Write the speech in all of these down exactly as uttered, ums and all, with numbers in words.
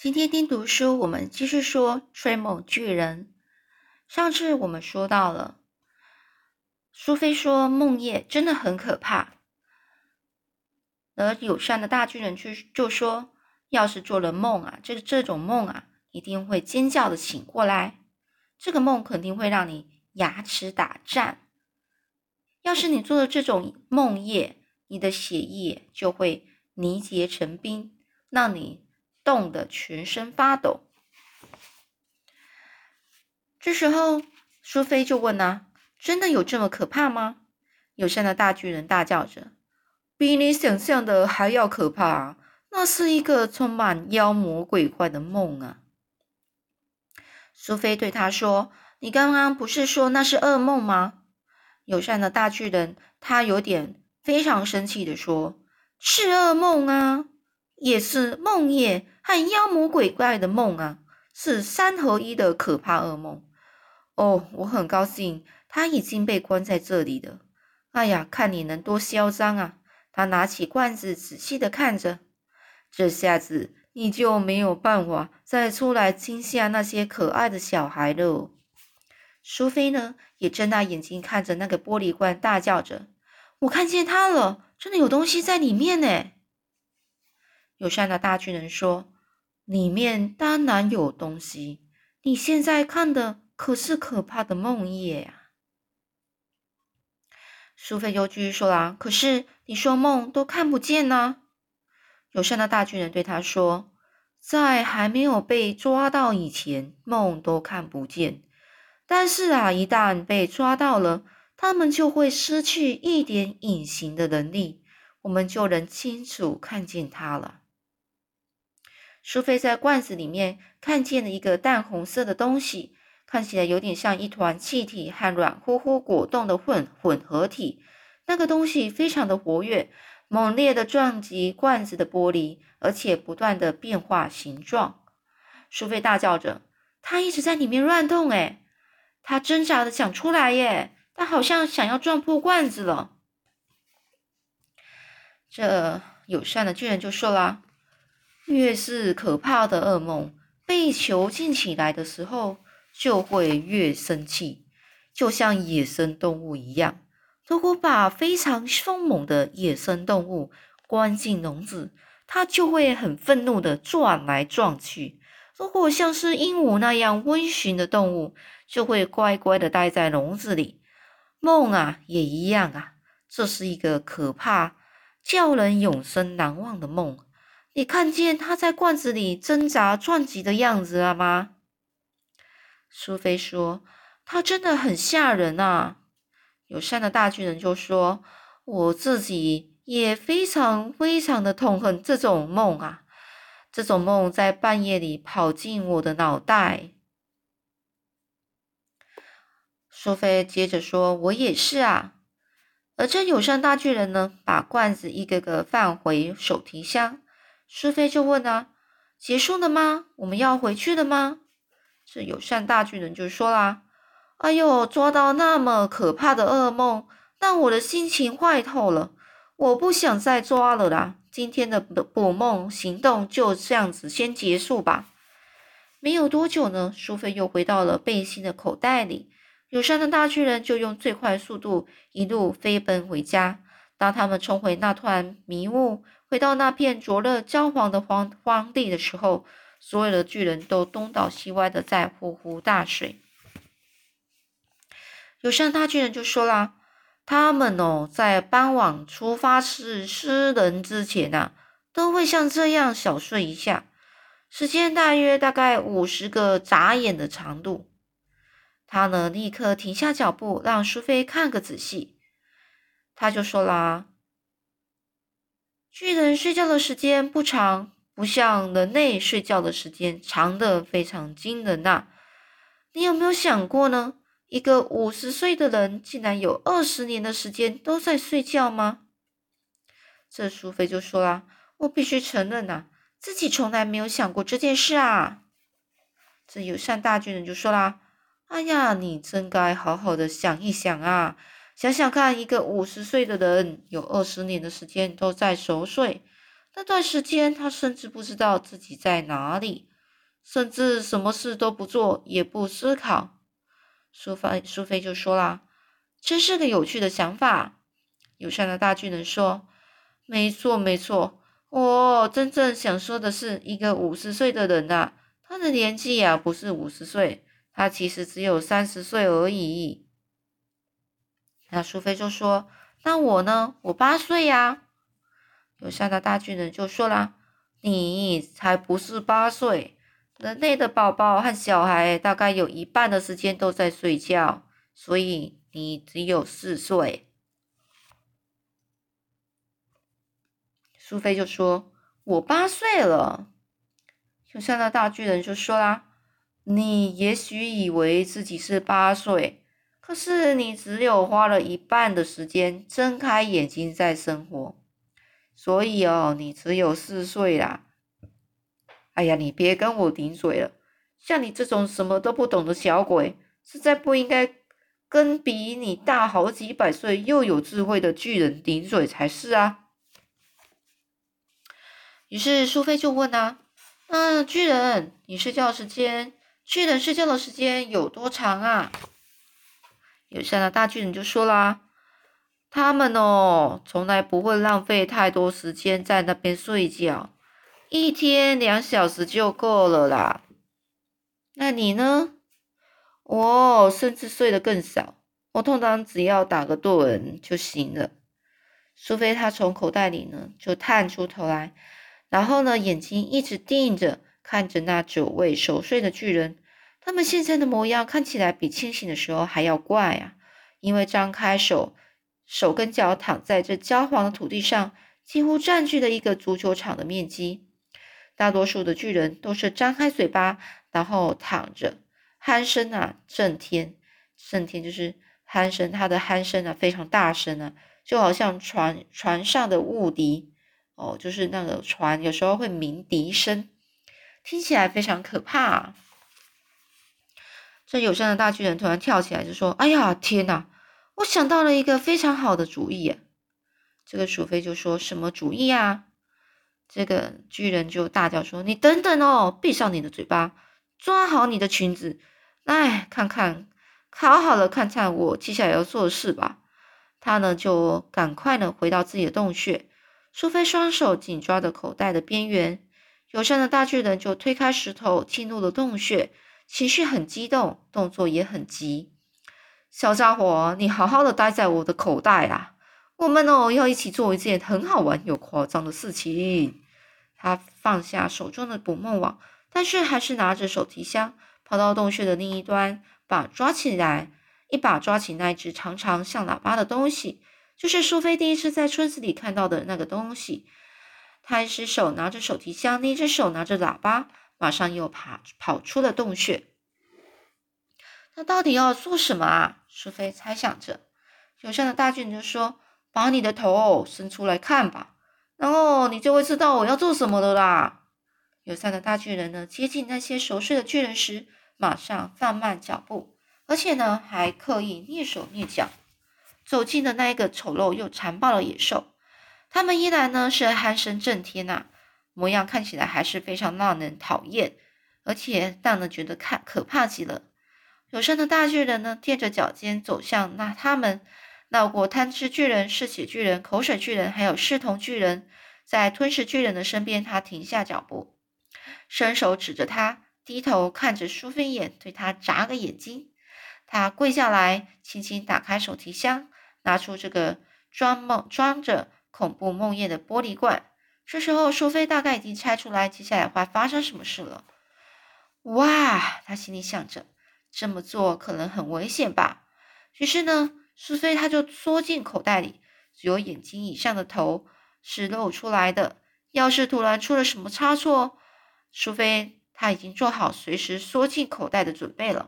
今天听读书，我们继续说追梦巨人。上次我们说到了，苏菲说梦魇真的很可怕，而友善的大巨人就说，要是做了梦啊，这这种梦啊，一定会尖叫的醒过来，这个梦肯定会让你牙齿打颤。要是你做了这种梦魇，你的血液就会凝结成冰，让你冻得全身发抖。这时候苏菲就问啊，真的有这么可怕吗？友善的大巨人大叫着，比你想象的还要可怕啊，那是一个充满妖魔鬼怪的梦啊。苏菲对他说，你刚刚不是说那是噩梦吗？友善的大巨人他有点非常生气地说，是噩梦啊，也是梦魇和妖魔鬼怪的梦啊，是三合一的可怕噩梦。哦，我很高兴他已经被关在这里了。哎呀，看你能多嚣张啊！他拿起罐子仔细的看着，这下子你就没有办法再出来惊吓那些可爱的小孩了。苏菲呢，也睁大眼睛看着那个玻璃罐，大叫着，我看见它了，真的有东西在里面呢。友善的大巨人说，里面当然有东西，你现在看的可是可怕的梦魇啊。苏菲就继续说啦，可是你说梦都看不见呢。友善的大巨人对他说，在还没有被抓到以前，梦都看不见。但是啊，一旦被抓到了，他们就会失去一点隐形的能力，我们就能清楚看见它了。苏菲在罐子里面看见了一个淡红色的东西，看起来有点像一团气体和软乎乎果冻的混混合体。那个东西非常的活跃，猛烈的撞击罐子的玻璃，而且不断的变化形状。苏菲大叫着，它一直在里面乱动诶，他挣扎的想出来耶，他好像想要撞破罐子了。这友善的巨人就说啦，越是可怕的噩梦，被囚禁起来的时候，就会越生气，就像野生动物一样。如果把非常凶猛的野生动物关进笼子，它就会很愤怒的撞来撞去。如果像是鹦鹉那样温驯的动物，就会乖乖的待在笼子里。梦啊，也一样啊，这是一个可怕、叫人永生难忘的梦。你看见他在罐子里挣扎撞击的样子了吗？苏菲说，他真的很吓人啊。友善的大巨人就说，我自己也非常非常的痛恨这种梦啊，这种梦在半夜里跑进我的脑袋。苏菲接着说，我也是啊。而这友善大巨人呢，把罐子一个个放回手提箱。苏菲就问啊，结束了吗？我们要回去了吗？这友善大巨人就说啦，哎呦，抓到那么可怕的噩梦，让我的心情坏透了，我不想再抓了啦。今天的捕梦行动就这样子先结束吧。没有多久呢，苏菲又回到了背心的口袋里。友善的大巨人就用最快速度一路飞奔回家。当他们冲回那团迷雾，回到那片灼热焦黄的荒荒地的时候，所有的巨人都东倒西歪的在呼呼大睡。友善大巨人就说啦，他们哦，在傍晚出发时吃人之前啊，都会像这样小睡一下，时间大约大概五十个眨眼的长度。他呢，立刻停下脚步，让苏菲看个仔细。他就说啦，巨人睡觉的时间不长，不像人类睡觉的时间长得非常惊人呐。你有没有想过呢？一个五十岁的人，竟然有二十年的时间都在睡觉吗？这苏菲就说啦，我必须承认啊，自己从来没有想过这件事啊。这友善大巨人就说啦，哎呀，你真该好好的想一想啊！想想看，一个五十岁的人有二十年的时间都在熟睡，那段时间他甚至不知道自己在哪里。 甚至什么事都不做，也不思考。苏菲苏菲就说啦：“真是个有趣的想法。”友善的大巨人说：“没错，没错，我真正想说的是，一个五十岁的人啊，他的年纪啊不是五十岁，他其实只有三十岁而已。”那苏菲就说：“那我呢？我八岁呀。”友善的大巨人就说啦：“你才不是八岁，人类的宝宝和小孩大概有一半的时间都在睡觉，所以你只有四岁。”苏菲就说：“我八岁了。”友善的大巨人就说啦：“你也许以为自己是八岁，可是你只有花了一半的时间睁开眼睛在生活，所以哦，你只有四岁啦。哎呀，你别跟我顶嘴了，像你这种什么都不懂的小鬼，实在不应该跟比你大好几百岁又有智慧的巨人顶嘴才是啊。”于是苏菲就问啊：“那巨人，你睡觉的时间，巨人睡觉的时间有多长啊？”友善的大巨人就说啦：“他们哦，从来不会浪费太多时间在那边睡觉，一天两小时就够了啦。那你呢？”“我甚至睡得更少，我通常只要打个盹就行了。”苏菲她从口袋里呢就探出头来，然后呢眼睛一直盯着看着那九位熟睡的巨人。他们现在的模样看起来比清醒的时候还要怪啊，因为张开手，手跟脚躺在这焦黄的土地上，几乎占据了一个足球场的面积。大多数的巨人都是张开嘴巴，然后躺着，鼾声啊震天，震天就是鼾声，它的鼾声啊非常大声啊，就好像船船上的雾笛哦，就是那个船有时候会鸣笛声，听起来非常可怕啊。这友善的大巨人突然跳起来就说：“哎呀，天哪！我想到了一个非常好的主意耶！”这个鼠飞就说：“什么主意啊？”这个巨人就大叫说：“你等等哦，闭上你的嘴巴，抓好你的裙子，来看看，好好的看看我接下来要做的事吧。”他呢就赶快呢回到自己的洞穴，苏菲双手紧抓着口袋的边缘，友善的大巨人就推开石头进入了洞穴，情绪很激动，动作也很急。“小家伙，你好好的待在我的口袋啊！我们哦要一起做一件很好玩又夸张的事情。”他放下手中的捕梦网，但是还是拿着手提箱跑到洞穴的另一端，把抓起来，一把抓起那只长长像喇叭的东西，就是苏菲第一次在村子里看到的那个东西。他一只手拿着手提箱，另一只手拿着喇叭，马上又跑跑出了洞穴。他到底要做什么啊？苏菲猜想着。友善的大巨人就说：“把你的头伸出来看吧，然后你就会知道我要做什么的啦。”友善的大巨人呢，接近那些熟睡的巨人时，马上放慢脚步，而且呢，还刻意蹑手蹑脚，走进了那一个丑陋又残暴的野兽。他们依然呢是鼾声震天啊，模样看起来还是非常让人讨厌，而且让人觉得看可怕极了。友善的大巨人呢，踮着脚尖走向那他们，绕过贪吃巨人、嗜血巨人、口水巨人，还有视同巨人，在吞食巨人的身边，他停下脚步，伸手指着他，低头看着苏菲眼，对他眨个眼睛。他跪下来，轻轻打开手提箱，拿出这个装梦装着恐怖梦魇的玻璃罐。这时候，苏菲大概已经猜出来接下来会发生什么事了。哇，他心里想着，这么做可能很危险吧。于是呢，苏菲他就缩进口袋里，只有眼睛以上的头是露出来的。要是突然出了什么差错，苏菲他已经做好随时缩进口袋的准备了。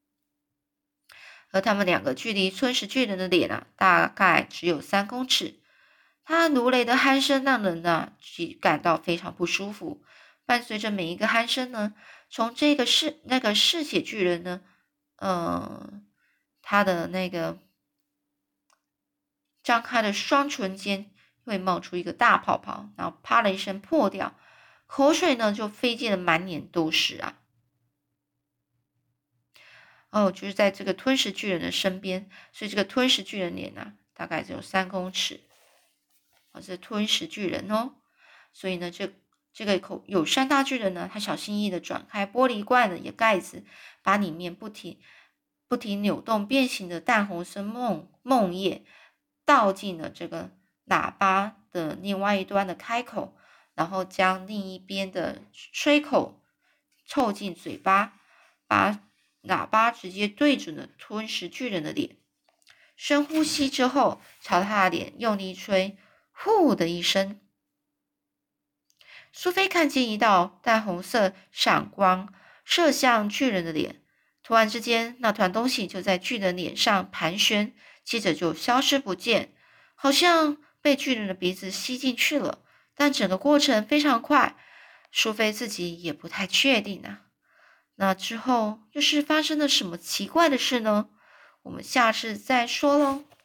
而他们两个距离吞食巨人的脸啊，大概只有三公尺。他如雷的鼾声让人啊感到非常不舒服。伴随着每一个鼾声呢，从这个嗜那个嗜血巨人呢，呃，他的那个张开的双唇间会冒出一个大泡泡，然后啪的一声破掉，口水呢就飞溅的满脸都是啊！ 哦，就是在这个吞食巨人的身边，所以这个吞食巨人脸呢、啊，大概只有三公尺。哦，是吞食巨人哦。所以呢，这这个口友善大巨人呢，他小心翼翼的转开玻璃罐的盖子，把里面不停不停扭动变形的淡红色梦梦液倒进了这个喇叭的另外一端的开口，然后将另一边的吹口凑进嘴巴，把喇叭直接对准了吞食巨人的脸。深呼吸之后，朝他的脸用力吹，呼的一声。苏菲看见一道淡红色闪光射向巨人的脸，突然之间，那团东西就在巨人脸上盘旋，接着就消失不见，好像被巨人的鼻子吸进去了。但整个过程非常快，苏菲自己也不太确定啊。那之后又是发生了什么奇怪的事呢？我们下次再说喽。